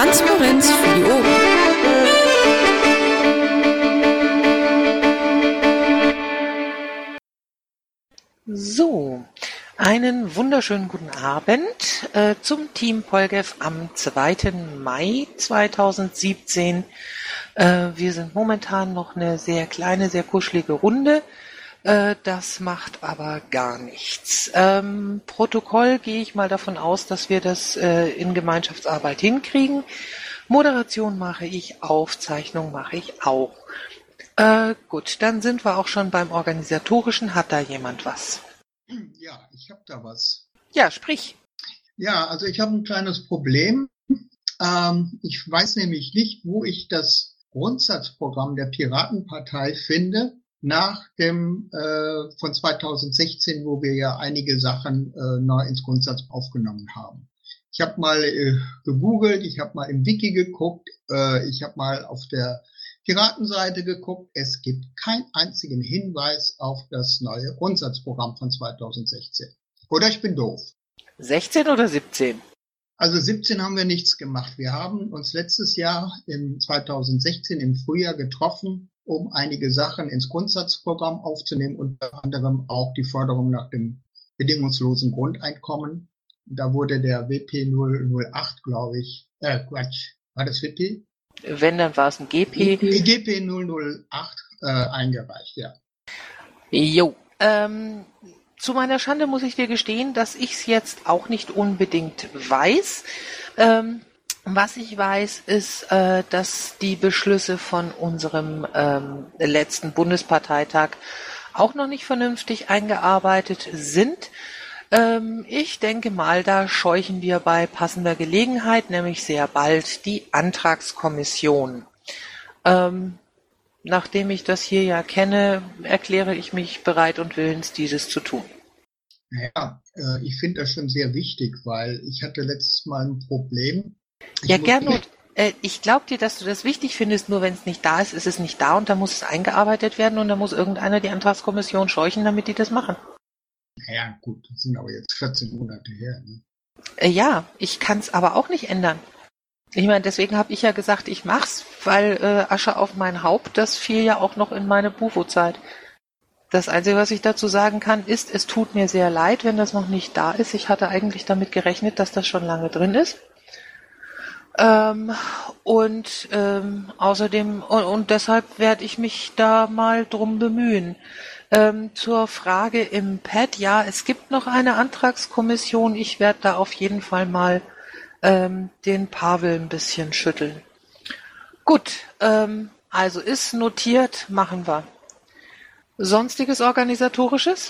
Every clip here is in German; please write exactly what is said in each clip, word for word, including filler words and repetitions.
Transparenz für die Ohren. So, einen wunderschönen guten Abend äh, zum Team Polgef am zweiten Mai zweitausendsiebzehn. Äh, wir sind momentan noch eine sehr kleine, sehr kuschelige Runde. Äh, das macht aber gar nichts. Ähm, Protokoll gehe ich mal davon aus, dass wir das äh, in Gemeinschaftsarbeit hinkriegen. Moderation mache ich, Aufzeichnung mache ich auch. Äh, gut, dann sind wir auch schon beim Organisatorischen. Hat da jemand was? Ja, ich habe da was. Ja, sprich. Ja, also ich habe ein kleines Problem. Ähm, ich weiß nämlich nicht, wo ich das Grundsatzprogramm der Piratenpartei finde, nach dem äh, von zweitausendsechzehn, wo wir ja einige Sachen äh, neu ins Grundsatz aufgenommen haben. Ich habe mal äh, gegoogelt, ich habe mal im Wiki geguckt, äh, ich habe mal auf der Piratenseite geguckt. Es gibt keinen einzigen Hinweis auf das neue Grundsatzprogramm von zweitausendsechzehn. Oder ich bin doof. sechzehn oder siebzehn? Also siebzehn haben wir nichts gemacht. Wir haben uns letztes Jahr im zweitausendsechzehn im Frühjahr getroffen, um einige Sachen ins Grundsatzprogramm aufzunehmen, unter anderem auch die Forderung nach dem bedingungslosen Grundeinkommen. Da wurde der W P null null acht, glaube ich, äh, Quatsch, war das W P? Wenn, dann war es ein G P. G P null null acht äh, eingereicht, ja. Jo. Ähm, zu meiner Schande muss ich dir gestehen, dass ich es jetzt auch nicht unbedingt weiß. Ähm, was ich weiß, ist, äh, dass die Beschlüsse von unserem ähm, letzten Bundesparteitag auch noch nicht vernünftig eingearbeitet sind. Ähm, ich denke mal, da scheuchen wir bei passender Gelegenheit, nämlich sehr bald, die Antragskommission. Ähm, nachdem ich das hier ja kenne, erkläre ich mich bereit und willens, dieses zu tun. Ja, äh, ich finde das schon sehr wichtig, weil ich hatte letztes Mal ein Problem. Ich ja, muss- Gernot, äh, ich glaube dir, dass du das wichtig findest, nur wenn es nicht da ist, ist es nicht da und dann muss es eingearbeitet werden und dann muss irgendeiner die Antragskommission scheuchen, damit die das machen. Ja, gut, das sind aber jetzt vierzehn Monate her. Ne? Äh, ja, ich kann es aber auch nicht ändern. Ich meine, deswegen habe ich ja gesagt, ich mach's, weil äh, Asche auf mein Haupt, das fiel ja auch noch in meine Bufo-Zeit. Das Einzige, was ich dazu sagen kann, ist, es tut mir sehr leid, wenn das noch nicht da ist. Ich hatte eigentlich damit gerechnet, dass das schon lange drin ist. Ähm, und ähm, außerdem, und, und deshalb werde ich mich da mal drum bemühen. Ähm, zur Frage im Pad, ja, es gibt noch eine Antragskommission. Ich werde da auf jeden Fall mal ähm, den Pavel ein bisschen schütteln. Gut, ähm, also ist notiert, machen wir. Sonstiges Organisatorisches?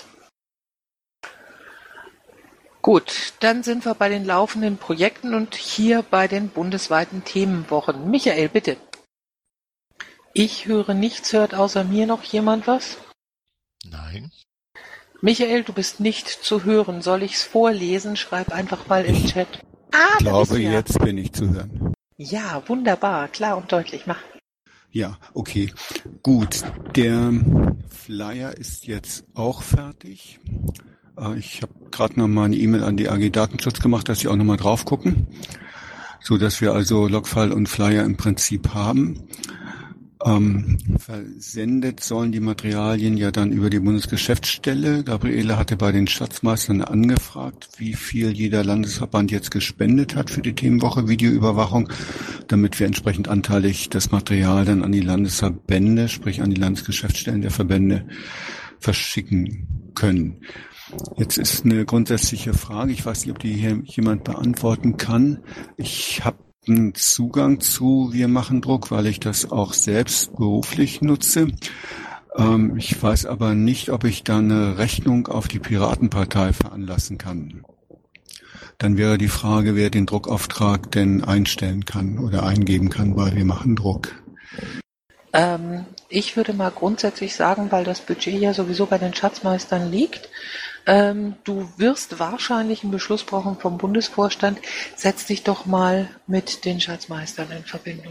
Gut, dann sind wir bei den laufenden Projekten und hier bei den bundesweiten Themenwochen. Michael, bitte. Ich höre nichts, hört außer mir noch jemand was? Nein. Michael, du bist nicht zu hören. Soll ich's vorlesen? Schreib einfach mal im Ich Chat. Ah, Ich da bist glaube, du ja. jetzt bin ich zu hören. Ja, wunderbar, klar und deutlich. Mach. Ja, okay. Gut. Der Flyer ist jetzt auch fertig. Äh, Ich habe gerade noch mal eine E-Mail an die A G Datenschutz gemacht, dass sie auch noch mal drauf gucken, so dass wir also Logfile und Flyer im Prinzip haben. Ähm, versendet sollen die Materialien ja dann über die Bundesgeschäftsstelle. Gabriele hatte bei den Schatzmeistern angefragt, wie viel jeder Landesverband jetzt gespendet hat für die Themenwoche Videoüberwachung, damit wir entsprechend anteilig das Material dann an die Landesverbände, sprich an die Landesgeschäftsstellen der Verbände verschicken können. Jetzt ist eine grundsätzliche Frage, ich weiß nicht, ob die hier jemand beantworten kann. Ich habe einen Zugang zu Wir machen Druck, weil ich das auch selbst beruflich nutze. Ähm, ich weiß aber nicht, ob ich da eine Rechnung auf die Piratenpartei veranlassen kann. Dann wäre die Frage, wer den Druckauftrag denn einstellen kann oder eingeben kann bei Wir machen Druck. Ähm, ich würde mal grundsätzlich sagen, weil das Budget ja sowieso bei den Schatzmeistern liegt, ähm, du wirst wahrscheinlich einen Beschluss brauchen vom Bundesvorstand. Setz dich doch mal mit den Schatzmeistern in Verbindung.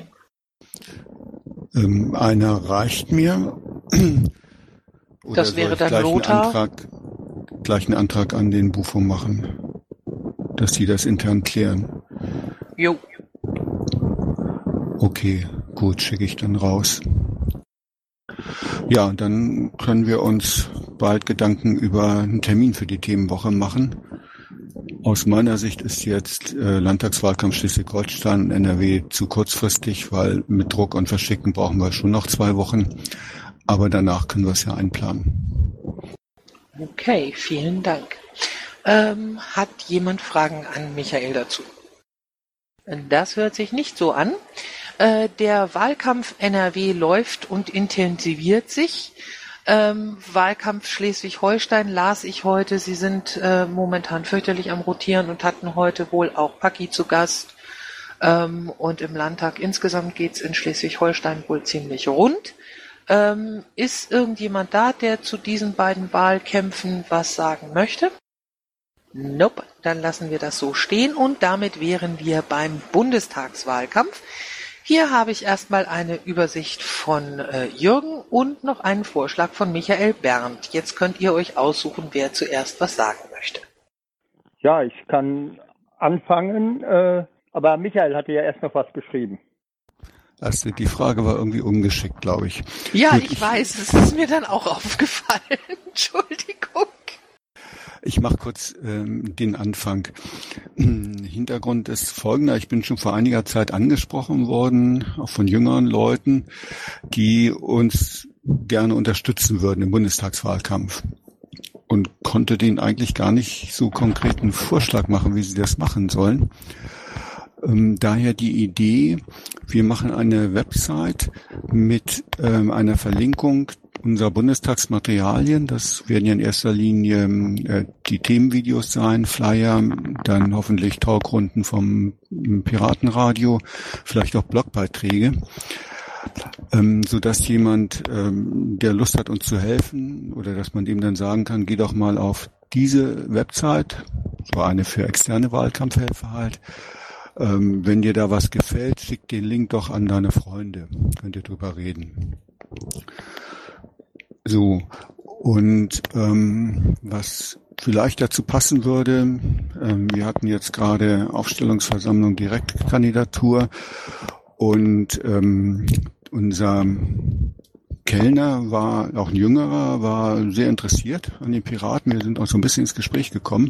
Ähm, einer reicht mir. Oder Das wäre soll ich dann gleich einen Lothar. Antrag, gleich einen Antrag an den Bufo machen, dass die das intern klären. Jo. Okay, gut, schicke ich dann raus. Ja, und dann können wir uns bald Gedanken über einen Termin für die Themenwoche machen. Aus meiner Sicht ist jetzt äh, Landtagswahlkampf Schleswig-Holstein und N R W zu kurzfristig, weil mit Druck und Verschicken brauchen wir schon noch zwei Wochen. Aber danach können wir es ja einplanen. Okay, vielen Dank. Ähm, hat jemand Fragen an Michael dazu? Das hört sich nicht so an. Äh, der Wahlkampf N R W läuft und intensiviert sich. Ähm, Wahlkampf Schleswig-Holstein las ich heute. Sie sind äh, momentan fürchterlich am Rotieren und hatten heute wohl auch Paki zu Gast. Ähm, und im Landtag insgesamt geht's in Schleswig-Holstein wohl ziemlich rund. Ähm, ist irgendjemand da, der zu diesen beiden Wahlkämpfen was sagen möchte? Nope, dann lassen wir das so stehen und damit wären wir beim Bundestagswahlkampf. Hier habe ich erstmal eine Übersicht von äh, Jürgen und noch einen Vorschlag von Michael Berndt. Jetzt könnt ihr euch aussuchen, wer zuerst was sagen möchte. Ja, ich kann anfangen, äh, aber Michael hatte ja erst noch was geschrieben. Also die Frage war irgendwie ungeschickt, glaube ich. Ja, Gut, ich, ich weiß, es ist mir dann auch aufgefallen. Entschuldigung. Ich mache kurz ähm, den Anfang. Hintergrund ist folgender. Ich bin schon vor einiger Zeit angesprochen worden, auch von jüngeren Leuten, die uns gerne unterstützen würden im Bundestagswahlkampf. Und konnte denen eigentlich gar nicht so konkreten Vorschlag machen, wie sie das machen sollen. Ähm, daher die Idee, wir machen eine Website mit ähm, einer Verlinkung unserer Bundestagsmaterialien. Das werden ja in erster Linie äh, die Themenvideos sein, Flyer, dann hoffentlich Talkrunden vom Piratenradio, vielleicht auch Blogbeiträge, ähm, so dass jemand, ähm, der Lust hat, uns zu helfen, oder dass man dem dann sagen kann, geh doch mal auf diese Website, so eine für externe Wahlkampfhelfer halt. Ähm, wenn dir da was gefällt, schick den Link doch an deine Freunde. Könnt ihr drüber reden. So, und ähm, was vielleicht dazu passen würde, ähm, wir hatten jetzt gerade Aufstellungsversammlung Direktkandidatur und ähm, unser Kellner war, auch ein Jüngerer, war sehr interessiert an den Piraten. Wir sind auch so ein bisschen ins Gespräch gekommen.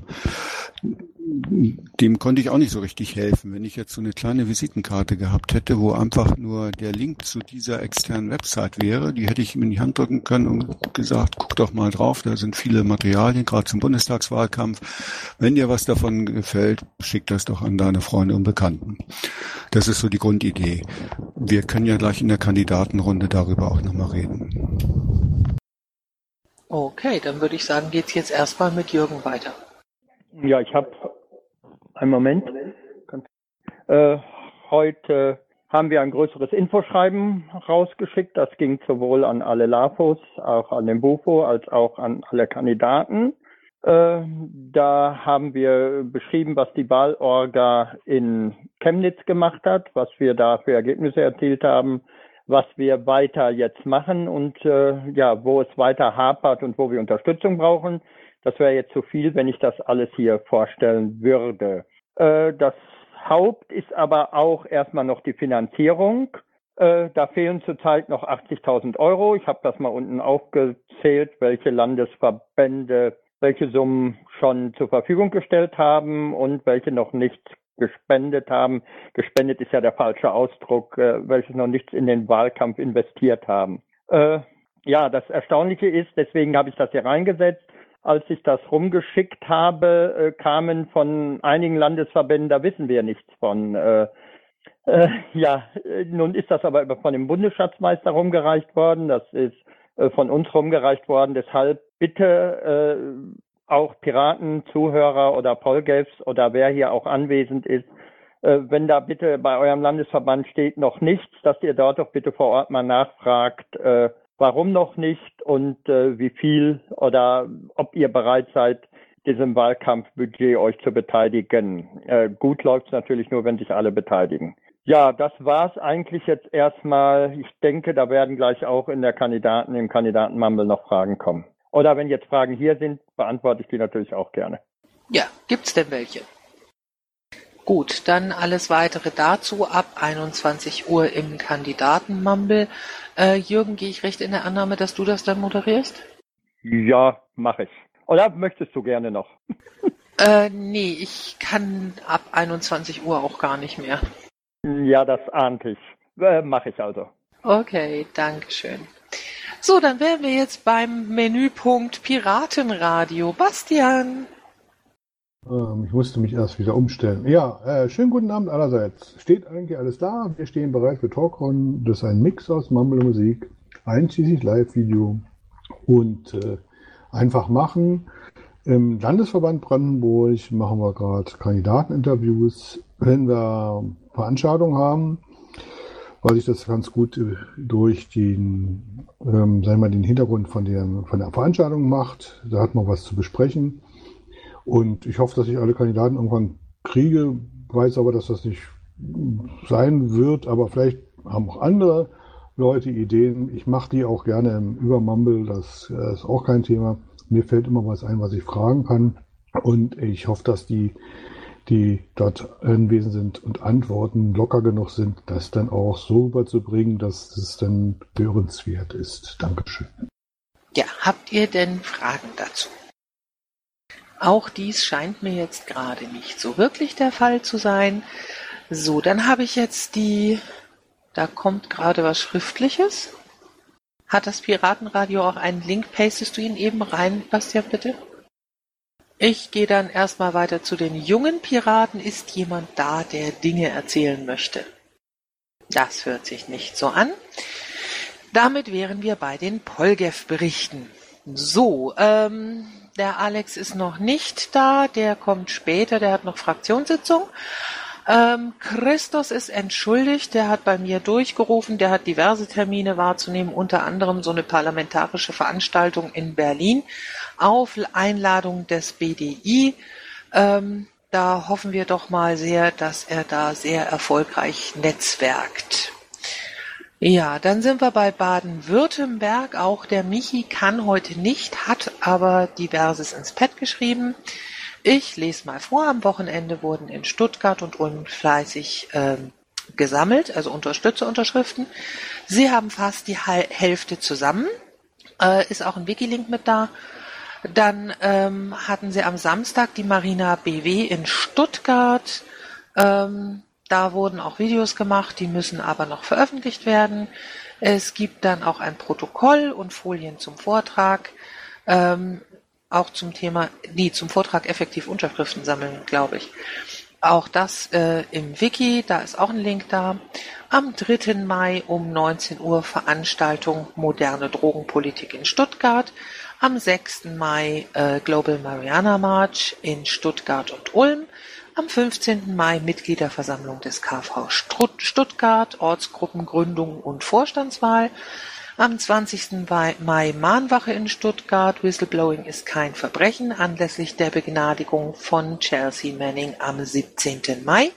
Dem konnte ich auch nicht so richtig helfen. Wenn ich jetzt so eine kleine Visitenkarte gehabt hätte, wo einfach nur der Link zu dieser externen Website wäre, die hätte ich ihm in die Hand drücken können und gesagt, guck doch mal drauf, da sind viele Materialien, gerade zum Bundestagswahlkampf. Wenn dir was davon gefällt, schick das doch an deine Freunde und Bekannten. Das ist so die Grundidee. Wir können ja gleich in der Kandidatenrunde darüber auch nochmal reden. Okay, dann würde ich sagen, geht's jetzt erstmal mit Jürgen weiter. Ja, ich habe einen Moment. Äh, heute haben wir ein größeres Infoschreiben rausgeschickt. Das ging sowohl an alle L A F Os, auch an den Bufo, als auch an alle Kandidaten. Äh, da haben wir beschrieben, was die Wahlorga in Chemnitz gemacht hat, was wir da für Ergebnisse erzielt haben, was wir weiter jetzt machen und äh, ja, wo es weiter hapert und wo wir Unterstützung brauchen. Das wäre jetzt zu viel, wenn ich das alles hier vorstellen würde. Äh, das Haupt ist aber auch erstmal noch die Finanzierung. Äh, da fehlen zurzeit noch achtzigtausend Euro. Ich habe das mal unten aufgezählt, welche Landesverbände welche Summen schon zur Verfügung gestellt haben und welche noch nichts gespendet haben. Gespendet ist ja der falsche Ausdruck, äh, welche noch nichts in den Wahlkampf investiert haben. Äh, ja, das Erstaunliche ist, deswegen habe ich das hier reingesetzt, als ich das rumgeschickt habe, äh, kamen von einigen Landesverbänden, da wissen wir nichts von. Äh, äh, ja, äh, nun ist das aber von dem Bundesschatzmeister rumgereicht worden, das ist äh, von uns rumgereicht worden. Deshalb bitte äh, auch Piraten, Zuhörer oder Polgefs oder wer hier auch anwesend ist, äh, wenn da bitte bei eurem Landesverband steht noch nichts, dass ihr dort doch bitte vor Ort mal nachfragt, äh, warum noch nicht und äh, wie viel oder ob ihr bereit seid, diesem Wahlkampfbudget euch zu beteiligen. Äh, gut läuft es natürlich nur, wenn sich alle beteiligen. Ja, das war's eigentlich jetzt erstmal. Ich denke, da werden gleich auch in der Kandidaten, im Kandidatenmumble noch Fragen kommen. Oder wenn jetzt Fragen hier sind, beantworte ich die natürlich auch gerne. Ja, gibt's denn welche? Gut, dann alles Weitere dazu ab einundzwanzig Uhr im Kandidatenmumble. Äh, Jürgen, gehe ich recht in der Annahme, dass du das dann moderierst? Ja, mache ich. Oder möchtest du gerne noch? Äh, nee, ich kann ab einundzwanzig Uhr auch gar nicht mehr. Ja, das ahnte ich. Äh, mache ich also. Okay, dankeschön. So, dann wären wir jetzt beim Menüpunkt Piratenradio. Bastian. Ähm, ich musste mich erst wieder umstellen. Ja, äh, schönen guten Abend allerseits. Steht eigentlich alles da? Wir stehen bereit für Talkrun. Das ist ein Mix aus Mumble Musik, einschließlich Live-Video und äh, einfach machen. Im Landesverband Brandenburg machen wir gerade Kandidateninterviews. Wenn wir Veranstaltungen haben, weil sich das ganz gut äh, durch den, ähm, sagen wir mal, den Hintergrund von der, von der Veranstaltung macht. Da hat man was zu besprechen. Und ich hoffe, dass ich alle Kandidaten irgendwann kriege. Weiß aber, dass das nicht sein wird. Aber vielleicht haben auch andere Leute Ideen. Ich mache die auch gerne im Übermumble. Das äh, ist auch kein Thema. Mir fällt immer was ein, was ich fragen kann. Und ich hoffe, dass die, die dort anwesend sind und Antworten locker genug sind, das dann auch so rüberzubringen, dass es dann hörenswert ist. Dankeschön. Ja, habt ihr denn Fragen dazu? Auch dies scheint mir jetzt gerade nicht so wirklich der Fall zu sein. So, dann habe ich jetzt die, da kommt gerade was Schriftliches. Hat das Piratenradio auch einen Link? Pastest du ihn eben rein, Bastian, bitte? Ich gehe dann erstmal weiter zu den jungen Piraten. Ist jemand da, der Dinge erzählen möchte? Das hört sich nicht so an. Damit wären wir bei den Polgev-Berichten. So, ähm... der Alex ist noch nicht da, der kommt später, der hat noch Fraktionssitzung. Ähm, Christos ist entschuldigt, der hat bei mir durchgerufen, der hat diverse Termine wahrzunehmen, unter anderem so eine parlamentarische Veranstaltung in Berlin auf Einladung des B D I. Ähm, da hoffen wir doch mal sehr, dass er da sehr erfolgreich netzwerkt. Ja, dann sind wir bei Baden-Württemberg. Auch der Michi kann heute nicht, hat aber diverses ins Pad geschrieben. Ich lese mal vor. Am Wochenende wurden in Stuttgart und Ulm fleißig ähm, gesammelt, also Unterstützerunterschriften. Sie haben fast die Hälfte zusammen. Äh, ist auch ein Wikilink mit da. Dann ähm, hatten sie am Samstag die Marina B W in Stuttgart. Ähm, Da wurden auch Videos gemacht, die müssen aber noch veröffentlicht werden. Es gibt dann auch ein Protokoll und Folien zum Vortrag, ähm, auch zum Thema, nee, zum Vortrag effektiv Unterschriften sammeln, glaube ich. Auch das äh, im Wiki, da ist auch ein Link da. Am dritten Mai um neunzehn Uhr Veranstaltung Moderne Drogenpolitik in Stuttgart. Am sechsten Mai äh, Global Mariana March in Stuttgart und Ulm. Am fünfzehnten Mai Mitgliederversammlung des K V Stuttgart, Ortsgruppengründung und Vorstandswahl. Am zwanzigsten Mai Mahnwache in Stuttgart, Whistleblowing ist kein Verbrechen, anlässlich der Begnadigung von Chelsea Manning am siebzehnten Mai.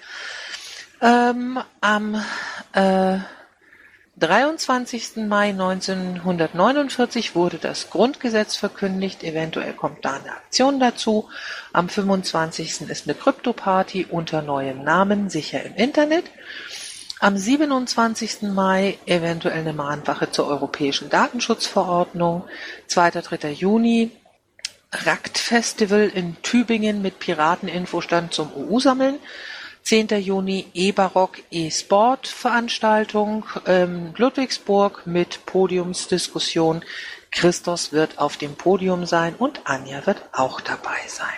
Ähm, am äh, dreiundzwanzigsten Mai neunzehnhundertneunundvierzig wurde das Grundgesetz verkündigt, eventuell kommt da eine Aktion dazu. Am fünfundzwanzigsten ist eine Krypto-Party unter neuem Namen, sicher im Internet. Am siebenundzwanzigsten Mai eventuell eine Mahnwache zur Europäischen Datenschutzverordnung. zweiter dritter Juni R A C T-Festival in Tübingen mit Pirateninfostand zum U U-Sammeln. zehnter Juni E-Barock E-Sport Veranstaltung in Ludwigsburg mit Podiumsdiskussion. Christos wird auf dem Podium sein und Anja wird auch dabei sein.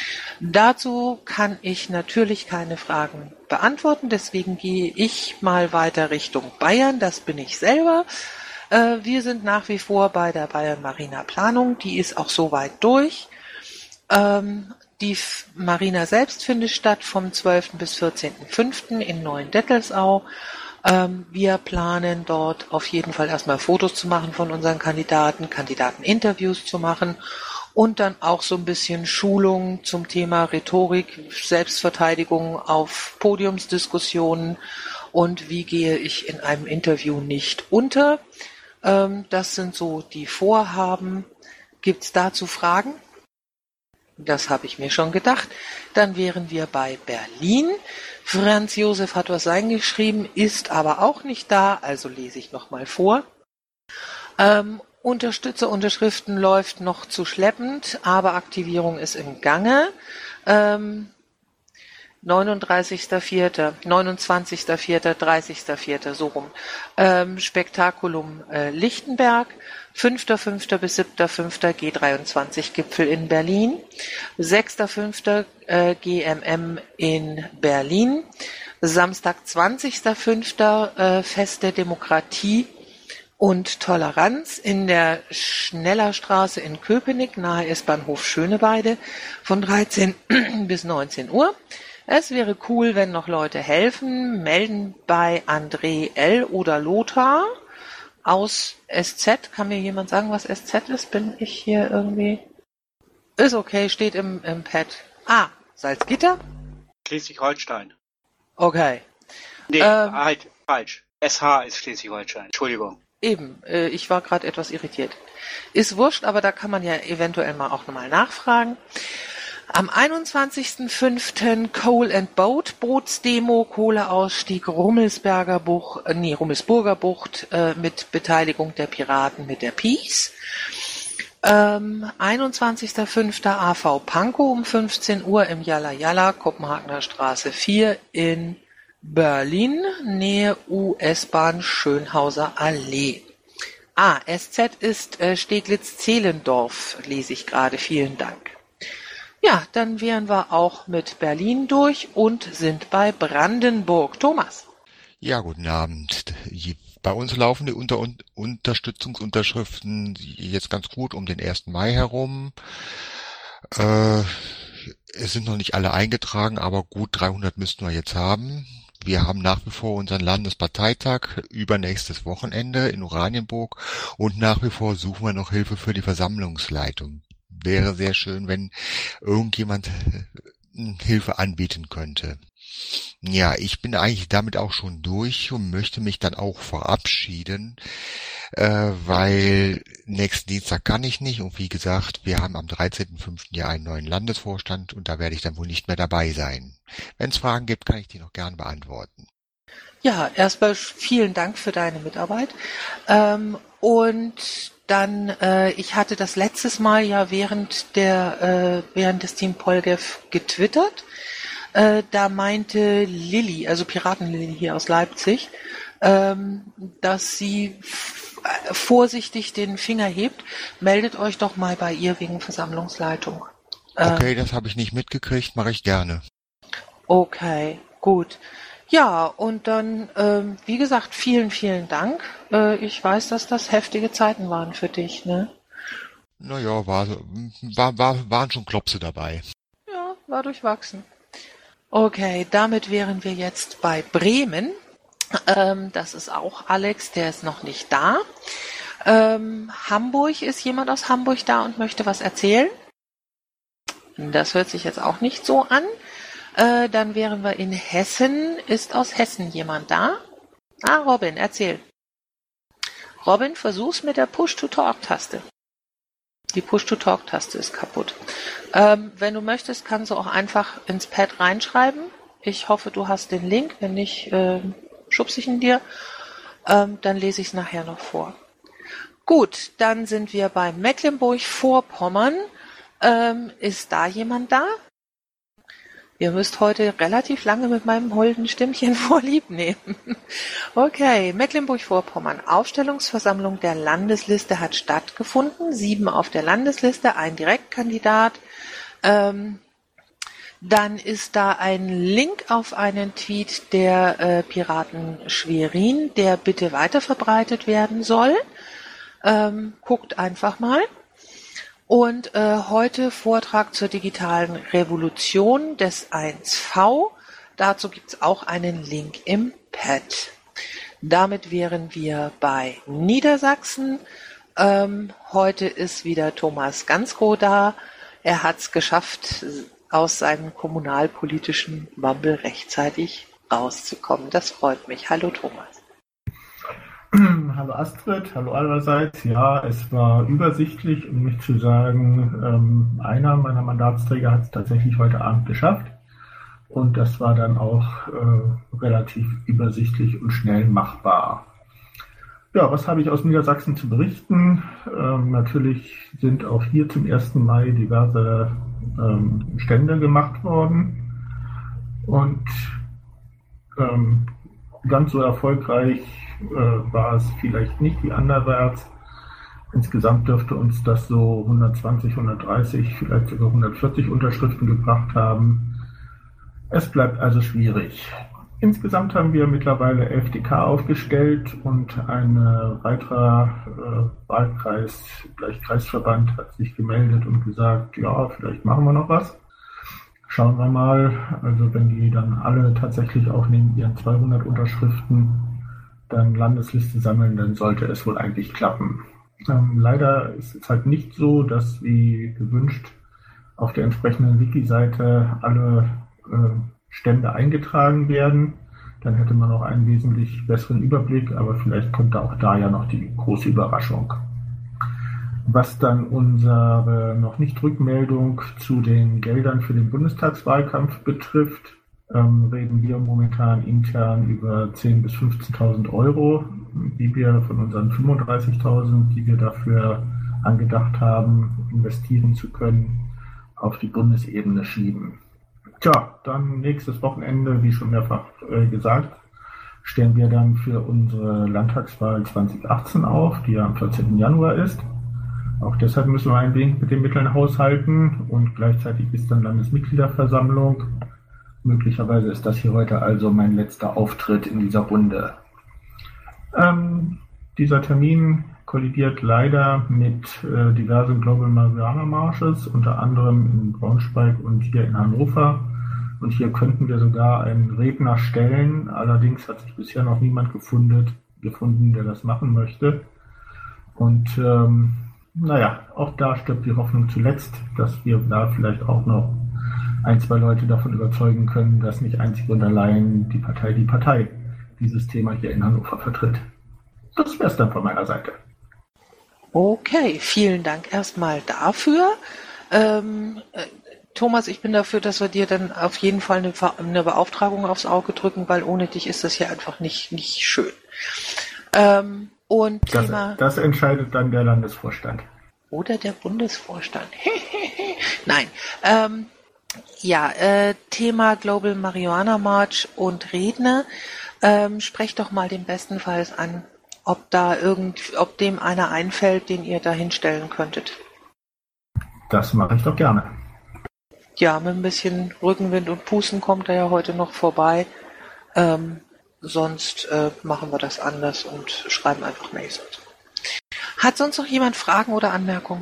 Dazu kann ich natürlich keine Fragen beantworten, deswegen gehe ich mal weiter Richtung Bayern, das bin ich selber. Äh, wir sind nach wie vor bei der Bayern Marina Planung, die ist auch soweit durch. Ähm, Die Marina selbst findet statt vom zwölften bis vierzehnten fünften in Neuendettelsau. Ähm, wir planen dort auf jeden Fall erstmal Fotos zu machen von unseren Kandidaten, Kandidateninterviews zu machen und dann auch so ein bisschen Schulung zum Thema Rhetorik, Selbstverteidigung auf Podiumsdiskussionen und wie gehe ich in einem Interview nicht unter. Ähm, das sind so die Vorhaben. Gibt's dazu Fragen? Das habe ich mir schon gedacht. Dann wären wir bei Berlin. Franz Josef hat was eingeschrieben, ist aber auch nicht da, also lese ich nochmal vor. Ähm, Unterstützerunterschriften läuft noch zu schleppend, aber Aktivierung ist im Gange. Ähm, neununddreißigster vierter, neunundzwanzigster vierter, dreißigster vierter, so rum. Ähm, Spektakulum äh, Lichtenberg, fünfter fünfter bis siebter fünfter G dreiundzwanzig Gipfel in Berlin, sechster fünfter äh, G M M in Berlin, Samstag zwanzigster fünfter äh, Fest der Demokratie und Toleranz in der Schnellerstraße in Köpenick, nahe S-Bahnhof Schöneweide, von dreizehn bis neunzehn Uhr. Es wäre cool, wenn noch Leute helfen. Melden bei André L. oder Lothar aus S Z. Kann mir jemand sagen, was S Z ist? Bin ich hier irgendwie... Ist okay, steht im, im Pad. Ah, Salzgitter? Schleswig-Holstein. Okay. Nee, Ähm, halt, falsch. S H ist Schleswig-Holstein. Entschuldigung. Eben, äh, ich war gerade etwas irritiert. Ist wurscht, aber da kann man ja eventuell mal auch nochmal nachfragen. Am einundzwanzigster fünfter Coal and Boat Bootsdemo, Kohleausstieg Rummelsberger Bucht, äh, nee, Rummelsburger Bucht äh, mit Beteiligung der Piraten mit der Peace. Ähm, einundzwanzigster fünfter A V Pankow um fünfzehn Uhr im Yalla Yalla, Kopenhagener Straße vier in Berlin, Nähe U S-Bahn Schönhauser Allee. Ah, S Z ist äh, Steglitz-Zehlendorf, lese ich gerade. Vielen Dank. Ja, dann wären wir auch mit Berlin durch und sind bei Brandenburg. Thomas. Ja, guten Abend. Bei uns laufen die Unter Unterstützungsunterschriften jetzt ganz gut um den ersten Mai herum. Äh, es sind noch nicht alle eingetragen, aber gut dreihundert müssten wir jetzt haben. Wir haben nach wie vor unseren Landesparteitag übernächstes Wochenende in Oranienburg und nach wie vor suchen wir noch Hilfe für die Versammlungsleitung. Wäre sehr schön, wenn irgendjemand Hilfe anbieten könnte. Ja, ich bin eigentlich damit auch schon durch und möchte mich dann auch verabschieden, äh, weil nächsten Dienstag kann ich nicht und wie gesagt, wir haben am dreizehnten fünften ja einen neuen Landesvorstand und da werde ich dann wohl nicht mehr dabei sein. Wenn es Fragen gibt, kann ich die noch gern beantworten. Ja, erstmal vielen Dank für deine Mitarbeit. Ähm, und dann, äh, ich hatte das letztes Mal ja während der äh, während des Team Polgev getwittert. Äh, da meinte Lilly, also Piraten-Lilly hier aus Leipzig, ähm, dass sie f- äh, vorsichtig den Finger hebt. Meldet euch doch mal bei ihr wegen Versammlungsleitung. Äh, Okay, das habe ich nicht mitgekriegt, mache ich gerne. Okay, gut. Ja, und dann, ähm, wie gesagt, vielen, vielen Dank. Äh, ich weiß, dass das heftige Zeiten waren für dich, ne? Naja, war, war, war, waren schon Klopse dabei. Ja, war durchwachsen. Okay, damit wären wir jetzt bei Bremen. Ähm, das ist auch Alex, der ist noch nicht da. Ähm, Hamburg, ist jemand aus Hamburg da und möchte was erzählen? Das hört sich jetzt auch nicht so an. Äh, dann wären wir in Hessen. Ist aus Hessen jemand da? Ah, Robin, erzähl. Robin, versuch's mit der Push-to-Talk-Taste. Die Push-to-Talk-Taste ist kaputt. Ähm, wenn du möchtest, kannst du auch einfach ins Pad reinschreiben. Ich hoffe, du hast den Link. Wenn nicht, äh, schubse ich ihn dir. Ähm, dann lese ich es nachher noch vor. Gut, dann sind wir bei Mecklenburg-Vorpommern. Ähm, ist da jemand da? Ihr müsst heute relativ lange mit meinem holden Stimmchen vorlieb nehmen. Okay, Mecklenburg-Vorpommern. Aufstellungsversammlung der Landesliste hat stattgefunden. Sieben auf der Landesliste, ein Direktkandidat. Ähm, dann ist da ein Link auf einen Tweet der äh, Piraten Schwerin, der bitte weiterverbreitet werden soll. Ähm, guckt einfach mal. Und äh, heute Vortrag zur digitalen Revolution des eins V. Dazu gibt's auch einen Link im Pad. Damit wären wir bei Niedersachsen. Ähm, heute ist wieder Thomas Gansrow da. Er hat's geschafft, aus seinem kommunalpolitischen Mumble rechtzeitig rauszukommen. Das freut mich. Hallo Thomas. hallo Astrid, hallo allerseits. Ja, es war übersichtlich, um nicht zu sagen, ähm, einer meiner Mandatsträger hat es tatsächlich heute Abend geschafft. Und das war dann auch äh, relativ übersichtlich und schnell machbar. Ja, was habe ich aus Niedersachsen zu berichten? Ähm, natürlich sind auch hier zum ersten Mai diverse ähm, Stände gemacht worden. Und ähm, ganz so erfolgreich äh, war es vielleicht nicht wie anderwärts. Insgesamt dürfte uns das so hundertzwanzig, hundertdreißig, vielleicht sogar hundertvierzig Unterschriften gebracht haben. Es bleibt also schwierig. Insgesamt haben wir mittlerweile elf D K aufgestellt und ein weiterer äh, Wahlkreis, gleich Kreisverband, hat sich gemeldet und gesagt, ja, vielleicht machen wir noch was. Schauen wir mal, also wenn die dann alle tatsächlich auch neben ihren zweihundert Unterschriften dann Landesliste sammeln, dann sollte es wohl eigentlich klappen. Ähm, leider ist es halt nicht so, dass wie gewünscht auf der entsprechenden Wiki-Seite alle äh, Stände eingetragen werden. Dann hätte man auch einen wesentlich besseren Überblick, aber vielleicht kommt da auch da ja noch die große Überraschung. Was dann unsere noch nicht Rückmeldung zu den Geldern für den Bundestagswahlkampf betrifft, ähm, reden wir momentan intern über zehntausend bis fünfzehntausend Euro, die wir von unseren fünfunddreißigtausend, die wir dafür angedacht haben, investieren zu können, auf die Bundesebene schieben. Tja, dann nächstes Wochenende, wie schon mehrfach äh, gesagt, stellen wir dann für unsere Landtagswahl zwanzig achtzehn auf, die ja am vierzehnten Januar ist. Auch deshalb müssen wir ein wenig mit den Mitteln haushalten und gleichzeitig ist dann Landesmitgliederversammlung. Möglicherweise ist das hier heute also mein letzter Auftritt in dieser Runde. Ähm, dieser Termin kollidiert leider mit äh, diversen Global Marijuana Marches, unter anderem in Braunschweig und hier in Hannover. Und hier könnten wir sogar einen Redner stellen. Allerdings hat sich bisher noch niemand gefunden, gefunden der das machen möchte. Und ähm, naja, auch da stirbt die Hoffnung zuletzt, dass wir da vielleicht auch noch ein, zwei Leute davon überzeugen können, dass nicht einzig und allein die Partei die Partei dieses Thema hier in Hannover vertritt. Das wäre es dann von meiner Seite. Okay, vielen Dank erstmal dafür. Ähm, äh, Thomas, ich bin dafür, dass wir dir dann auf jeden Fall eine, eine Beauftragung aufs Auge drücken, weil ohne dich ist das hier einfach nicht, nicht schön. Ähm, und das, Thema... Das entscheidet dann der Landesvorstand. Oder der Bundesvorstand. Nein. Ähm, ja, äh, Thema Global Marijuana March und Redner. Ähm, sprecht doch mal den bestenfalls an, ob da irgend, ob dem einer einfällt, den ihr da hinstellen könntet. Das mache ich doch gerne. Ja, mit ein bisschen Rückenwind und Pusten kommt er ja heute noch vorbei. Ähm, sonst äh, machen wir das anders und schreiben einfach Mails. Hat sonst noch jemand Fragen oder Anmerkungen?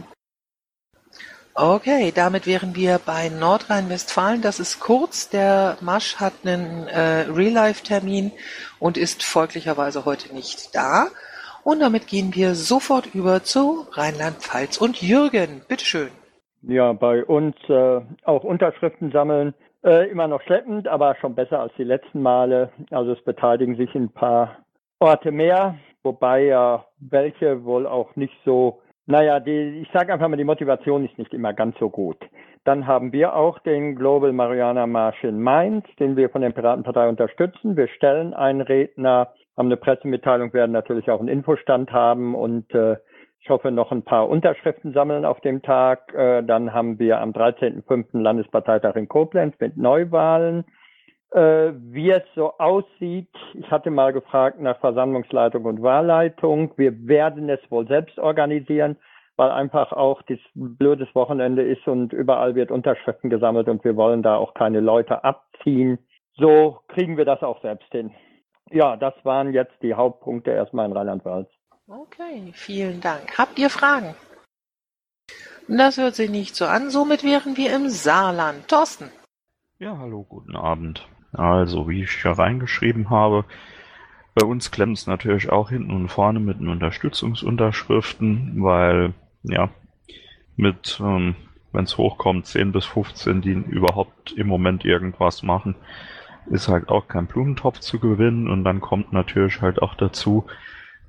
Okay, damit wären wir bei Nordrhein-Westfalen. Das ist kurz. Der Marsch hat einen äh, Real-Life-Termin und ist folglicherweise heute nicht da. Und damit gehen wir sofort über zu Rheinland-Pfalz und Jürgen. Bitteschön. Ja, bei uns äh, auch Unterschriften sammeln. Äh, immer noch schleppend, aber schon besser als die letzten Male. Also es beteiligen sich ein paar Orte mehr, wobei ja welche wohl auch nicht so... Naja, die, ich sage einfach mal, die Motivation ist nicht immer ganz so gut. Dann haben wir auch den Global Marijuana March in Mainz, den wir von der Piratenpartei unterstützen. Wir stellen einen Redner, haben eine Pressemitteilung, werden natürlich auch einen Infostand haben und äh, ich hoffe noch ein paar Unterschriften sammeln auf dem Tag. Äh, dann haben wir am dreizehnten fünften Landesparteitag in Koblenz mit Neuwahlen. Äh, wie es so aussieht, ich hatte mal gefragt nach Versammlungsleitung und Wahlleitung. Wir werden es wohl selbst organisieren, weil einfach auch das blödes Wochenende ist und überall wird Unterschriften gesammelt und wir wollen da auch keine Leute abziehen. So kriegen wir das auch selbst hin. Ja, das waren jetzt die Hauptpunkte erstmal in Rheinland-Pfalz. Okay, vielen Dank. Habt ihr Fragen? Das hört sich nicht so an. Somit wären wir im Saarland. Thorsten. Ja, hallo, guten Abend. Also, wie ich ja reingeschrieben habe, bei uns klemmt es natürlich auch hinten und vorne mit den Unterstützungsunterschriften, weil, ja, mit, ähm, wenn es hochkommt, zehn bis fünfzehn, die überhaupt im Moment irgendwas machen, ist halt auch kein Blumentopf zu gewinnen und dann kommt natürlich halt auch dazu,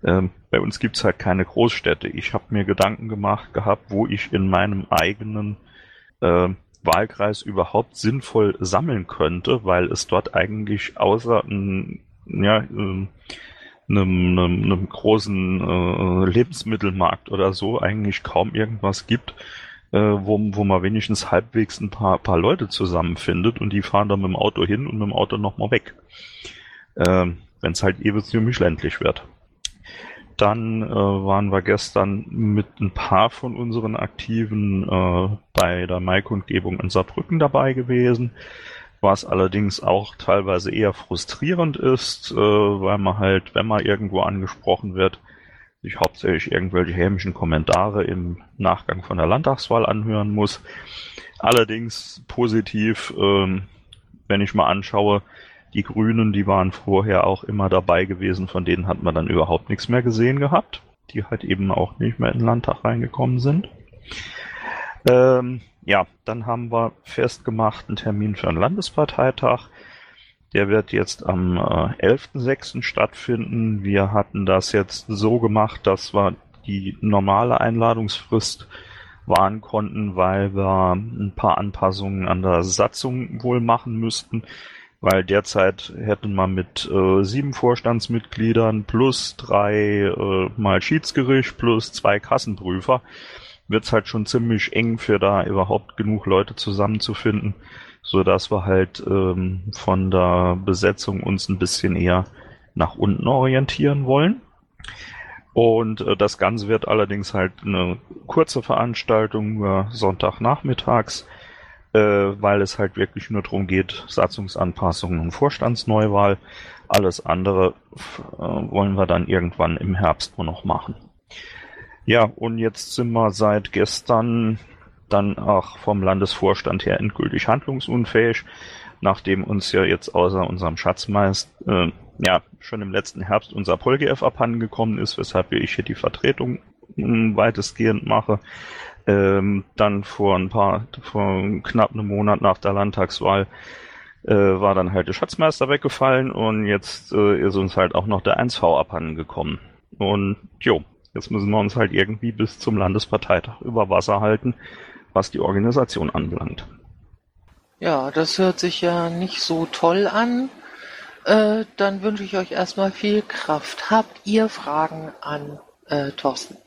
Ähm, bei uns gibt's halt keine Großstädte. Ich habe mir Gedanken gemacht gehabt, wo ich in meinem eigenen äh, Wahlkreis überhaupt sinnvoll sammeln könnte, weil es dort eigentlich außer ein, ja, ähm, einem, einem, einem großen äh, Lebensmittelmarkt oder so eigentlich kaum irgendwas gibt, äh, wo, wo man wenigstens halbwegs ein paar, paar Leute zusammenfindet und die fahren dann mit dem Auto hin und mit dem Auto nochmal weg. Äh, wenn es halt ewig ziemlich ländlich wird. Dann äh, waren wir gestern mit ein paar von unseren Aktiven äh, bei der Maikundgebung in Saarbrücken dabei gewesen, was allerdings auch teilweise eher frustrierend ist, äh, weil man halt, wenn man irgendwo angesprochen wird, sich hauptsächlich irgendwelche hämischen Kommentare im Nachgang von der Landtagswahl anhören muss. Allerdings positiv, äh, wenn ich mal anschaue, die Grünen, die waren vorher auch immer dabei gewesen, von denen hat man dann überhaupt nichts mehr gesehen gehabt, die halt eben auch nicht mehr in den Landtag reingekommen sind. Ähm, ja, dann haben wir festgemacht einen Termin für einen Landesparteitag. Der wird jetzt am äh, elften sechsten stattfinden. Wir hatten das jetzt so gemacht, dass wir die normale Einladungsfrist wahren konnten, weil wir ein paar Anpassungen an der Satzung wohl machen müssten. Weil derzeit hätten wir mit äh, sieben Vorstandsmitgliedern plus drei äh, mal Schiedsgericht plus zwei Kassenprüfer wird's halt schon ziemlich eng, für da überhaupt genug Leute zusammenzufinden, so dass wir halt ähm, von der Besetzung uns ein bisschen eher nach unten orientieren wollen. Und äh, das Ganze wird allerdings halt eine kurze Veranstaltung äh, Sonntagnachmittags, weil es halt wirklich nur darum geht, Satzungsanpassungen und Vorstandsneuwahl. Alles andere äh, wollen wir dann irgendwann im Herbst nur noch machen. Ja, und jetzt sind wir seit gestern dann auch vom Landesvorstand her endgültig handlungsunfähig, nachdem uns ja jetzt außer unserem Schatzmeister äh, ja schon im letzten Herbst unser PolGF abhanden gekommen ist, weshalb ich hier die Vertretung äh, weitestgehend mache. Ähm, dann vor ein paar, vor knapp einem Monat nach der Landtagswahl äh, war dann halt der Schatzmeister weggefallen und jetzt äh, ist uns halt auch noch der eins V abhanden gekommen. Und jo, jetzt müssen wir uns halt irgendwie bis zum Landesparteitag über Wasser halten, was die Organisation anbelangt. Ja, das hört sich ja nicht so toll an. Äh, dann wünsche ich euch erstmal viel Kraft. Habt ihr Fragen an äh, Thorsten?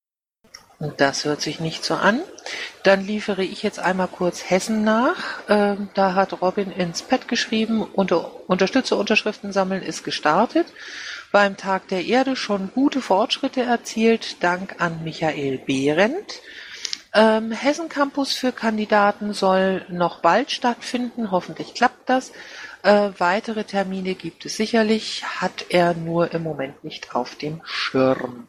Und das hört sich nicht so an. Dann liefere ich jetzt einmal kurz Hessen nach. Ähm, da hat Robin ins Pad geschrieben, unter, Unterstützer Unterschriften sammeln ist gestartet. Beim Tag der Erde schon gute Fortschritte erzielt, Dank an Michael Behrendt. Ähm, Hessen Campus für Kandidaten soll noch bald stattfinden, hoffentlich klappt das. Äh, weitere Termine gibt es sicherlich, hat er nur im Moment nicht auf dem Schirm.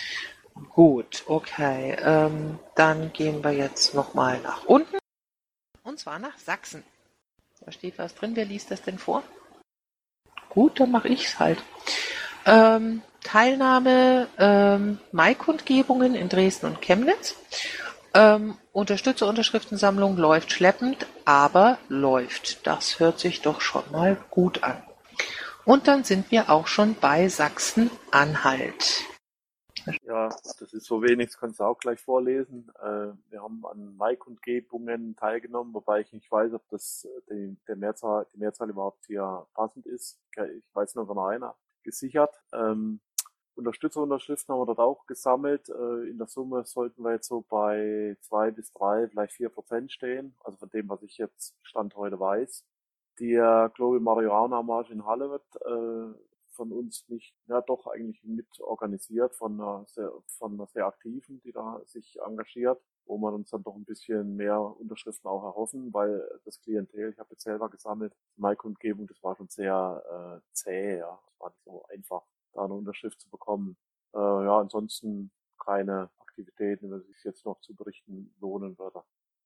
Gut, okay. Ähm, dann gehen wir jetzt nochmal nach unten. Und zwar nach Sachsen. Da steht was drin. Wer liest das denn vor? Gut, dann mache ich's halt. Ähm, Teilnahme ähm, Maikundgebungen in Dresden und Chemnitz. Ähm, Unterstützer-Unterschriftensammlung läuft schleppend, aber läuft. Das hört sich doch schon mal gut an. Und dann sind wir auch schon bei Sachsen-Anhalt. Ja, das ist so wenig, das kannst du auch gleich vorlesen. Äh, wir haben an Maikundgebungen teilgenommen, wobei ich nicht weiß, ob das die, der Mehrzahl, die Mehrzahl überhaupt hier passend ist. Ich weiß nur von einer gesichert. Ähm, Unterstützerunterschriften haben wir dort auch gesammelt. Äh, in der Summe sollten wir jetzt so bei zwei bis drei, vielleicht vier Prozent stehen. Also von dem, was ich jetzt Stand heute weiß. Der Global Marihuana Marsch in Halle wird äh, von uns nicht, ja doch eigentlich mit organisiert, von einer sehr, von einer sehr aktiven, die da sich engagiert, wo man uns dann doch ein bisschen mehr Unterschriften auch erhoffen, weil das Klientel, ich habe jetzt selber gesammelt, die Maikundgebung, das war schon sehr äh, zäh, ja, es war nicht so einfach, da eine Unterschrift zu bekommen. Äh, ja, ansonsten keine Aktivitäten, über die es jetzt noch zu berichten lohnen würde.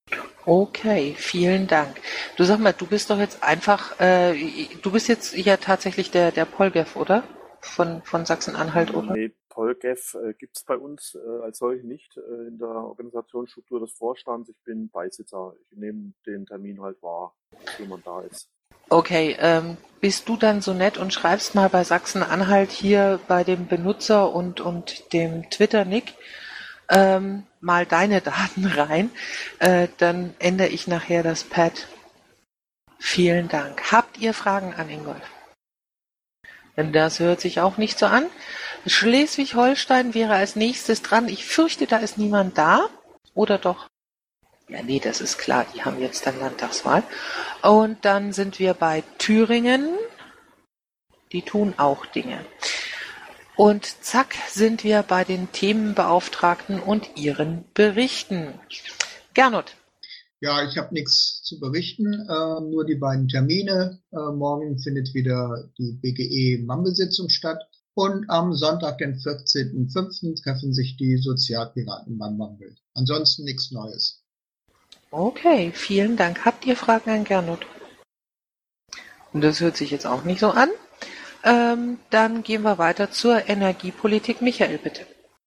Okay, vielen Dank. Du sag mal, du bist doch jetzt einfach, äh, du bist jetzt ja tatsächlich der der PolGef, oder? Von von Sachsen-Anhalt, oder? Nee, PolGef äh, gibt's bei uns äh, als solche nicht äh, in der Organisationsstruktur des Vorstands. Ich bin Beisitzer. Ich nehme den Termin halt wahr, wie man da ist. Okay, ähm, bist du dann so nett und schreibst mal bei Sachsen-Anhalt hier bei dem Benutzer und, und dem Twitter-Nick ähm, mal deine Daten rein, äh, dann ändere ich nachher das Pad. Vielen Dank. Habt ihr Fragen an Ingolf? Denn das hört sich auch nicht so an. Schleswig-Holstein wäre als nächstes dran. Ich fürchte, da ist niemand da. Oder doch? Ja, nee, das ist klar. Die haben jetzt dann Landtagswahl. Und dann sind wir bei Thüringen. Die tun auch Dinge. Und zack, sind wir bei den Themenbeauftragten und ihren Berichten. Gernot. Ja, ich habe nichts zu berichten, äh, nur die beiden Termine. Äh, morgen findet wieder die B G E-Mumble-Sitzung statt und am Sonntag, den vierzehnten fünften treffen sich die Sozialpiraten beim Mumble. Ansonsten nichts Neues. Okay, vielen Dank. Habt ihr Fragen an Gernot? Und das hört sich jetzt auch nicht so an. Ähm, dann gehen wir weiter zur Energiepolitik. Michael, bitte.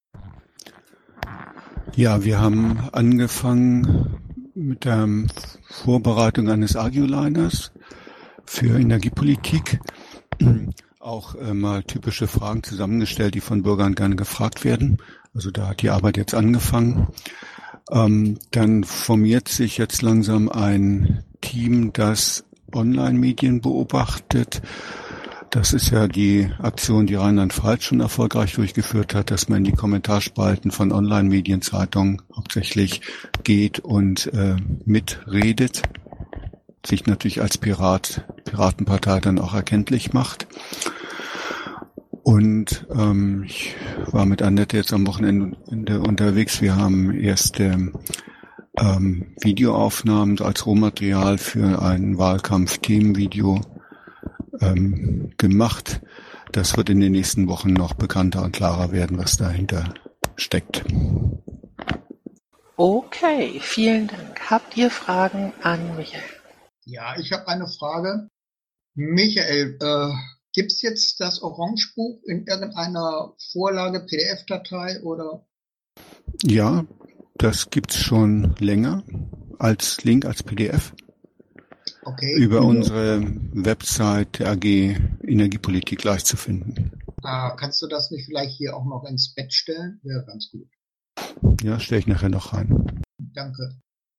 Ja, wir haben angefangen mit der Vorbereitung eines Agioliners für Energiepolitik. Auch äh, mal typische Fragen zusammengestellt, die von Bürgern gerne gefragt werden. Also da hat die Arbeit jetzt angefangen. Ähm, dann formiert sich jetzt langsam ein Team, das Online-Medien beobachtet. Das ist ja die Aktion, die Rheinland-Pfalz schon erfolgreich durchgeführt hat, dass man in die Kommentarspalten von Online-Medienzeitungen hauptsächlich geht und äh, mitredet, sich natürlich als Pirat, Piratenpartei dann auch erkenntlich macht. Und ähm, ich war mit Annette jetzt am Wochenende unterwegs. Wir haben erste ähm, Videoaufnahmen als Rohmaterial für ein Wahlkampf-Themenvideo ähm, gemacht. Das wird in den nächsten Wochen noch bekannter und klarer werden, was dahinter steckt. Okay, vielen Dank. Habt ihr Fragen an Michael? Ja, ich habe eine Frage. Michael, äh, gibt es jetzt das Orangebuch in irgendeiner Vorlage, P D F-Datei oder? Ja, das gibt's schon länger als Link, als P D F. Okay. Über unsere Website der A G Energiepolitik leicht zu finden. Ah, kannst du das nicht vielleicht hier auch noch ins Bett stellen? Wäre ganz gut. Ja, stelle ich nachher noch rein. Danke.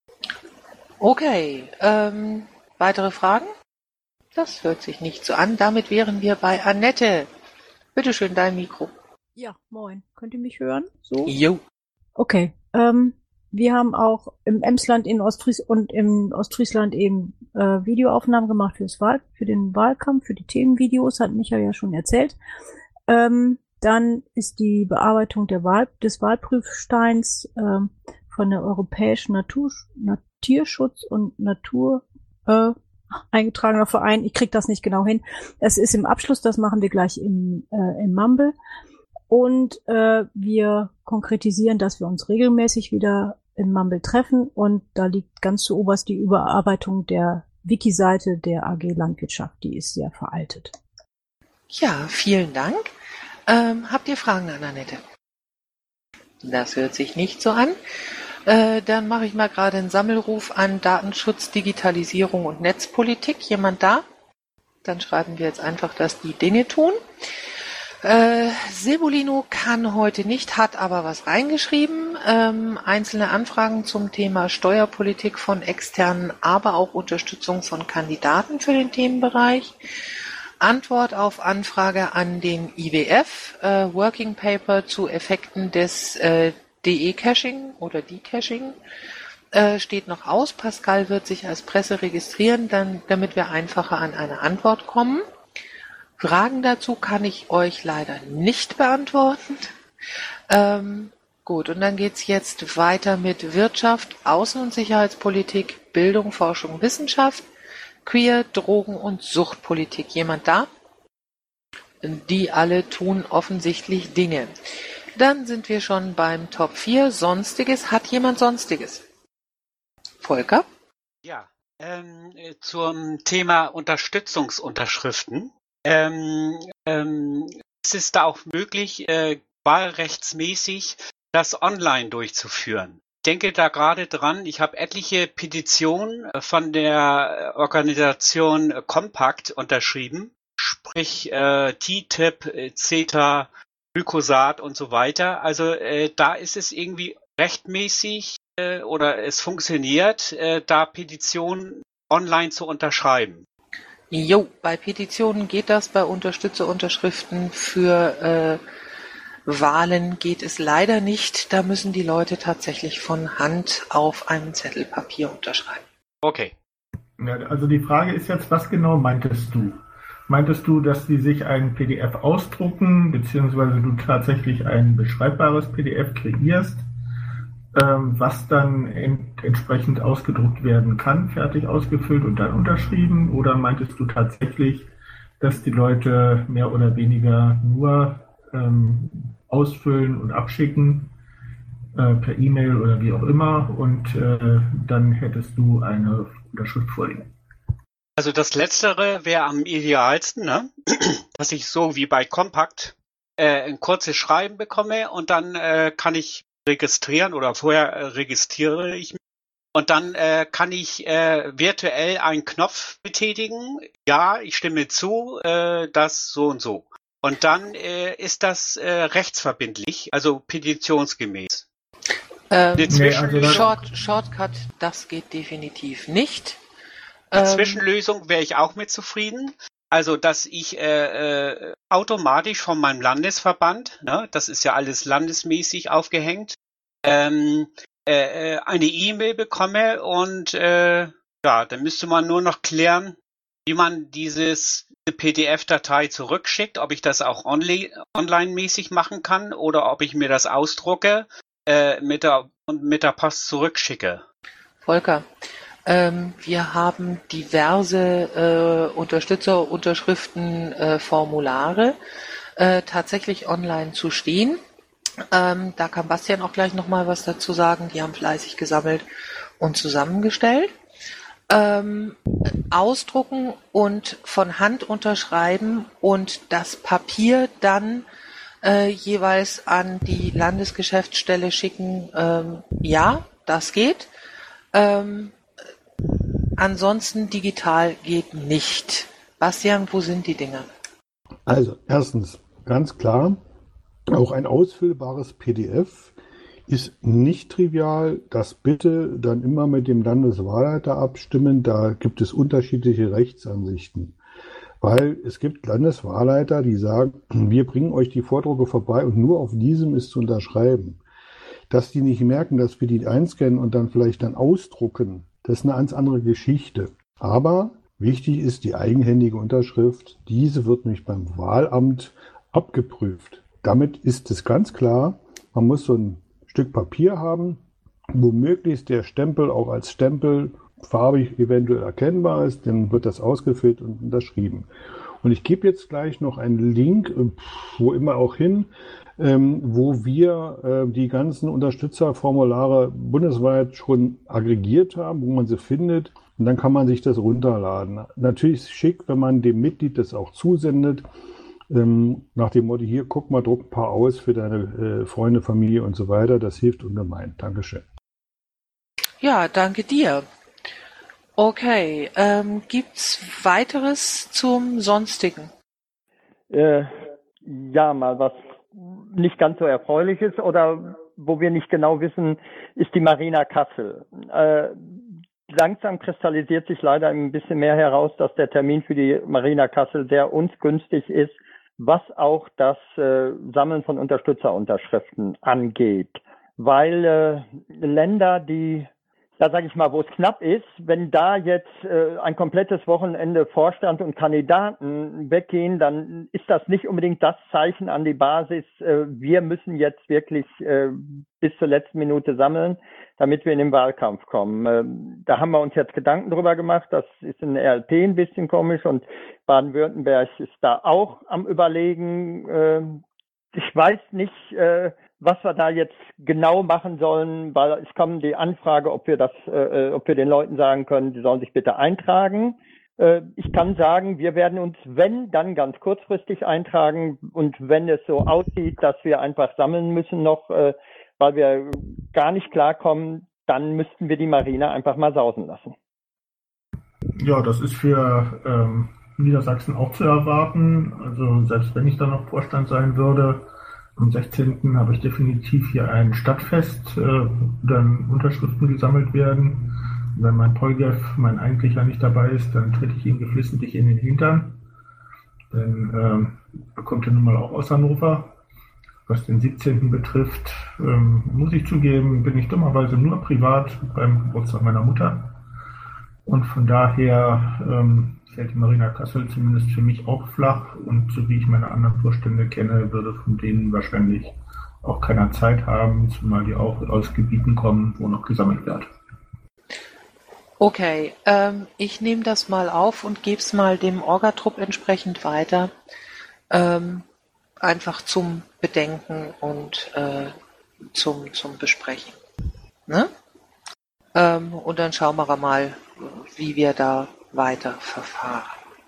Okay, ähm, weitere Fragen? Das hört sich nicht so an. Damit wären wir bei Annette. Bitte schön, dein Mikro. Ja, moin. Könnt ihr mich hören? So? Jo. Okay. Ähm, wir haben auch im Emsland in Ostfries und im Ostfriesland eben äh, Videoaufnahmen gemacht fürs Wahl, für den Wahlkampf, für die Themenvideos, hat Michael ja schon erzählt. Ähm, dann ist die Bearbeitung der Wahl, des Wahlprüfsteins ähm, von der Europäischen Natur, Naturschutz und Natur äh, eingetragener Verein. Ich krieg das nicht genau hin. Es ist im Abschluss, das machen wir gleich im, äh, im Mumble. Und äh, wir konkretisieren, dass wir uns regelmäßig wieder im Mumble treffen. Und da liegt ganz zu oberst die Überarbeitung der Wiki-Seite der A G Landwirtschaft. Die ist sehr veraltet. Ja, vielen Dank. Ähm, habt ihr Fragen an Annette? Das hört sich nicht so an. Äh, dann mache ich mal gerade einen Sammelruf an Datenschutz, Digitalisierung und Netzpolitik. Jemand da? Dann schreiben wir jetzt einfach, dass die Dinge tun. Äh, Sebolino kann heute nicht, hat aber was reingeschrieben. Ähm, einzelne Anfragen zum Thema Steuerpolitik von externen, aber auch Unterstützung von Kandidaten für den Themenbereich. Antwort auf Anfrage an den I W F, äh, Working Paper zu Effekten des äh, D E-Caching oder D-Caching äh, steht noch aus. Pascal wird sich als Presse registrieren, dann, damit wir einfacher an eine Antwort kommen. Fragen dazu kann ich euch leider nicht beantworten. Ähm, gut, und dann geht's jetzt weiter mit Wirtschaft, Außen- und Sicherheitspolitik, Bildung, Forschung, Wissenschaft, Queer, Drogen- und Suchtpolitik. Jemand da? Die alle tun offensichtlich Dinge. Dann sind wir schon beim Top vier. Sonstiges. Hat jemand Sonstiges? Volker? Ja, ähm, zum Thema Unterstützungsunterschriften. Ähm, ähm, es ist da auch möglich, äh, wahlrechtsmäßig das online durchzuführen. denke da gerade dran, ich habe etliche Petitionen von der Organisation Compact unterschrieben, sprich äh, T T I P, CETA, Glyphosat und so weiter. Also äh, da ist es irgendwie rechtmäßig äh, oder es funktioniert, äh, da Petitionen online zu unterschreiben. Jo, bei Petitionen geht das, bei Unterstützerunterschriften für äh, Wahlen geht es leider nicht. Da müssen die Leute tatsächlich von Hand auf einem Zettel Papier unterschreiben. Okay. Ja, also die Frage ist jetzt, was genau meintest du? Meintest du, dass die sich ein P D F ausdrucken, beziehungsweise du tatsächlich ein beschreibbares P D F kreierst, ähm, was dann ent- entsprechend ausgedruckt werden kann, fertig ausgefüllt und dann unterschrieben? Oder meintest du tatsächlich, dass die Leute mehr oder weniger nur ähm, ausfüllen und abschicken äh, per E-Mail oder wie auch immer und äh, dann hättest du eine Unterschrift vorliegen? Also das Letztere wäre am idealsten, ne? Dass ich so wie bei Compact äh, ein kurzes Schreiben bekomme und dann äh, kann ich registrieren oder vorher äh, registriere ich mich und dann äh, kann ich äh, virtuell einen Knopf betätigen. Ja, ich stimme zu, äh, das so und so. Und dann äh, ist das äh, rechtsverbindlich, also petitionsgemäß. Ähm, Eine Zwischenlösung, Short, Shortcut, das geht definitiv nicht. eine Ähm, Zwischenlösung wäre ich auch mit zufrieden. Also, dass ich äh, äh, automatisch von meinem Landesverband, ne, das ist ja alles landesmäßig aufgehängt, ähm, äh, eine E-Mail bekomme und äh, ja, dann müsste man nur noch klären, wie man dieses P D F-Datei zurückschickt, ob ich das auch onli- online-mäßig machen kann oder ob ich mir das ausdrucke äh, mit der und mit der Post zurückschicke. Volker, ähm, wir haben diverse äh, Unterstützerunterschriften, äh, Formulare äh, tatsächlich online zu stehen. Ähm, da kann Bastian auch gleich nochmal was dazu sagen. Die haben fleißig gesammelt und zusammengestellt. Ähm, ausdrucken und von Hand unterschreiben und das Papier dann äh, jeweils an die Landesgeschäftsstelle schicken. Ähm, ja, das geht. Ähm, ansonsten digital geht nicht. Bastian, wo sind die Dinger? Also, erstens, ganz klar, auch ein ausfüllbares P D F ist nicht trivial. Das bitte dann immer mit dem Landeswahlleiter abstimmen. Da gibt es unterschiedliche Rechtsansichten. Weil es gibt Landeswahlleiter, die sagen, wir bringen euch die Vordrucke vorbei und nur auf diesem ist zu unterschreiben. Dass die nicht merken, dass wir die einscannen und dann vielleicht dann ausdrucken, das ist eine ganz andere Geschichte. Aber wichtig ist die eigenhändige Unterschrift. Diese wird nämlich beim Wahlamt abgeprüft. Damit ist es ganz klar, man muss so ein Stück Papier haben, wo möglichst der Stempel auch als Stempel farbig eventuell erkennbar ist, dann wird das ausgefüllt und unterschrieben. Und ich gebe jetzt gleich noch einen Link, wo immer auch hin, ähm, wo wir äh, die ganzen Unterstützerformulare bundesweit schon aggregiert haben, wo man sie findet. Und dann kann man sich das runterladen. Natürlich ist es schick, wenn man dem Mitglied das auch zusendet. Ähm, nach dem Motto, hier, guck mal, druck ein paar aus für deine äh, Freunde, Familie und so weiter. Das hilft ungemein. Dankeschön. Ja, danke dir. Okay, ähm, gibt's weiteres zum Sonstigen? Äh, ja, mal was nicht ganz so Erfreuliches oder wo wir nicht genau wissen, ist die Marina Kassel. Äh, langsam kristallisiert sich leider ein bisschen mehr heraus, dass der Termin für die Marina Kassel sehr uns günstig ist, was auch das äh, Sammeln von Unterstützerunterschriften angeht. Weil äh, Länder, die da sage ich mal, wo es knapp ist, wenn da jetzt äh, ein komplettes Wochenende Vorstand und Kandidaten weggehen, dann ist das nicht unbedingt das Zeichen an die Basis, äh, wir müssen jetzt wirklich äh, bis zur letzten Minute sammeln, damit wir in den Wahlkampf kommen. Ähm, da haben wir uns jetzt Gedanken drüber gemacht, das ist in der R L P ein bisschen komisch und Baden-Württemberg ist da auch am Überlegen. Äh, ich weiß nicht, äh, was wir da jetzt genau machen sollen, weil es kommt die Anfrage, ob wir das, äh, ob wir den Leuten sagen können, die sollen sich bitte eintragen. Äh, ich kann sagen, wir werden uns, wenn, dann ganz kurzfristig eintragen und wenn es so aussieht, dass wir einfach sammeln müssen noch, äh, weil wir gar nicht klarkommen, dann müssten wir die Marine einfach mal sausen lassen. Ja, das ist für ähm, Niedersachsen auch zu erwarten. Also selbst wenn ich dann noch Vorstand sein würde, am sechzehnten habe ich definitiv hier ein Stadtfest, äh, wo dann Unterschriften gesammelt werden. Wenn mein Polgev, mein eigentlicher, nicht dabei ist, dann trete ich ihn geflissentlich in den Hintern. Denn ähm, er kommt ja nun mal auch aus Hannover. Was den siebzehnten betrifft, ähm, muss ich zugeben, bin ich dummerweise nur privat beim Geburtstag meiner Mutter. Und von daher ähm, fällt die Marina Kassel zumindest für mich auch flach. Und so wie ich meine anderen Vorstände kenne, würde von denen wahrscheinlich auch keiner Zeit haben, zumal die auch aus Gebieten kommen, wo noch gesammelt wird. Okay, ähm, ich nehme das mal auf und gebe es mal dem Orgatrupp entsprechend weiter. Ähm, einfach zum Bedenken und äh, zum, zum Besprechen. Ne? Ähm, und dann schauen wir mal, wie wir da weiter verfahren.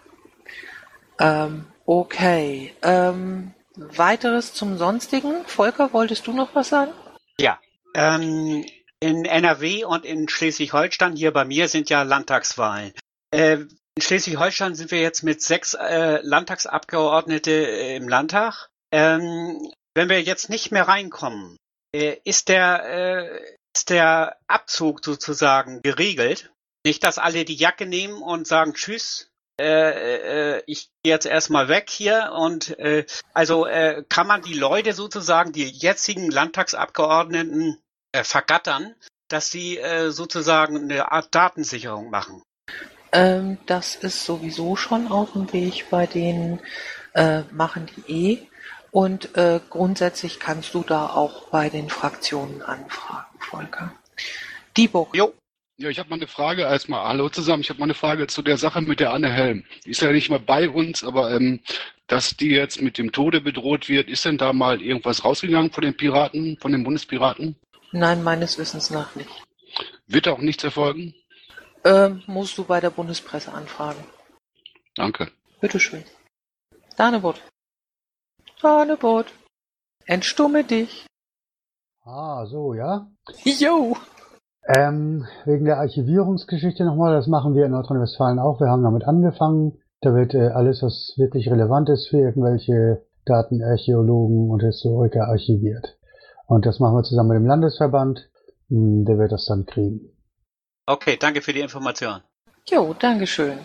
Ähm, okay. Ähm, weiteres zum Sonstigen. Volker, wolltest du noch was sagen? Ja. Ähm, in N R W und in Schleswig-Holstein, hier bei mir, sind ja Landtagswahlen. Äh, in Schleswig-Holstein sind wir jetzt mit sechs äh, Landtagsabgeordnete äh, im Landtag. Ähm, wenn wir jetzt nicht mehr reinkommen, äh, ist der äh, ist der Abzug sozusagen geregelt? Nicht, dass alle die Jacke nehmen und sagen Tschüss, äh, äh, ich gehe jetzt erstmal weg hier. Und äh, also äh, kann man die Leute sozusagen, die jetzigen Landtagsabgeordneten, äh, vergattern, dass sie äh, sozusagen eine Art Datensicherung machen? Ähm, das ist sowieso schon auf dem Weg, bei denen äh, machen die eh. Und äh, grundsätzlich kannst du da auch bei den Fraktionen anfragen, Volker. Dieburg. Jo. Ja, ich habe mal eine Frage. Erstmal hallo zusammen. Ich habe mal eine Frage zu der Sache mit der Anne Helm. Die ist ja nicht mal bei uns, aber ähm, dass die jetzt mit dem Tode bedroht wird, ist denn da mal irgendwas rausgegangen von den Piraten, von den Bundespiraten? Nein, meines Wissens nach nicht. Wird auch nichts erfolgen? Ähm, musst du bei der Bundespresse anfragen. Danke. Bitteschön. Danebot. Danebot. Entstumme dich. Ah, so, ja. Jo. Ähm, wegen der Archivierungsgeschichte nochmal, das machen wir in Nordrhein-Westfalen auch. Wir haben damit angefangen. Da wird äh, alles, was wirklich relevant ist für irgendwelche Datenarchäologen und Historiker archiviert. Und das machen wir zusammen mit dem Landesverband. Der wird das dann kriegen. Okay, danke für die Information. Jo, dankeschön.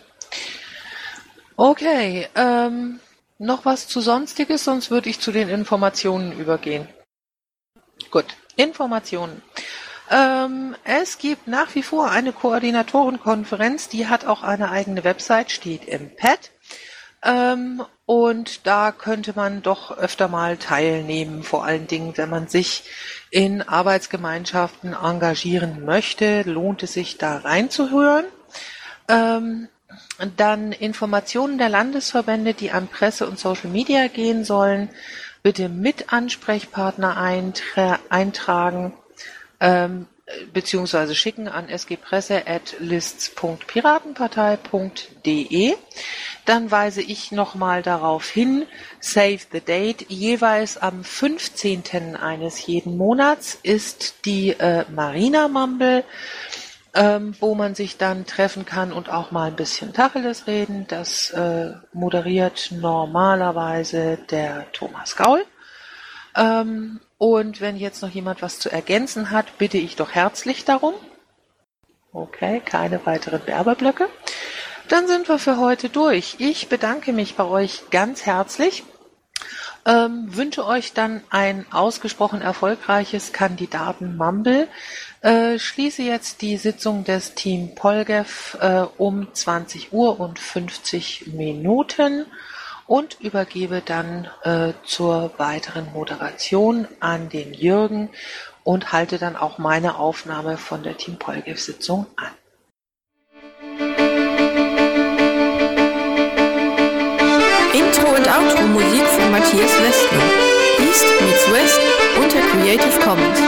Okay, ähm, noch was zu Sonstiges, sonst würde ich zu den Informationen übergehen. Gut, Informationen. Ähm, es gibt nach wie vor eine Koordinatorenkonferenz, die hat auch eine eigene Website, steht im Pad. Ähm, und da könnte man doch öfter mal teilnehmen, vor allen Dingen, wenn man sich in Arbeitsgemeinschaften engagieren möchte, lohnt es sich da reinzuhören. Ähm, dann Informationen der Landesverbände, die an Presse und Social Media gehen sollen, bitte mit Ansprechpartner eintra- eintragen, ähm, beziehungsweise schicken an s g presse at lists punkt piratenpartei punkt de. Dann weise ich nochmal darauf hin, save the date, jeweils am fünfzehnten eines jeden Monats ist die äh, Marina Mumble, ähm, wo man sich dann treffen kann und auch mal ein bisschen Tacheles reden. Das äh, moderiert normalerweise der Thomas Gaul. Ähm, und wenn jetzt noch jemand was zu ergänzen hat, bitte ich doch herzlich darum. Okay, keine weiteren Werbeblöcke. Dann sind wir für heute durch. Ich bedanke mich bei euch ganz herzlich, ähm, wünsche euch dann ein ausgesprochen erfolgreiches Kandidaten-Mumble, äh, schließe jetzt die Sitzung des Team Polgev äh, um zwanzig Uhr und fünfzig Minuten und übergebe dann äh, zur weiteren Moderation an den Jürgen und halte dann auch meine Aufnahme von der Team Polgev-Sitzung an. Intro und Outro Musik von Matthias Westner. East meets West unter Creative Commons.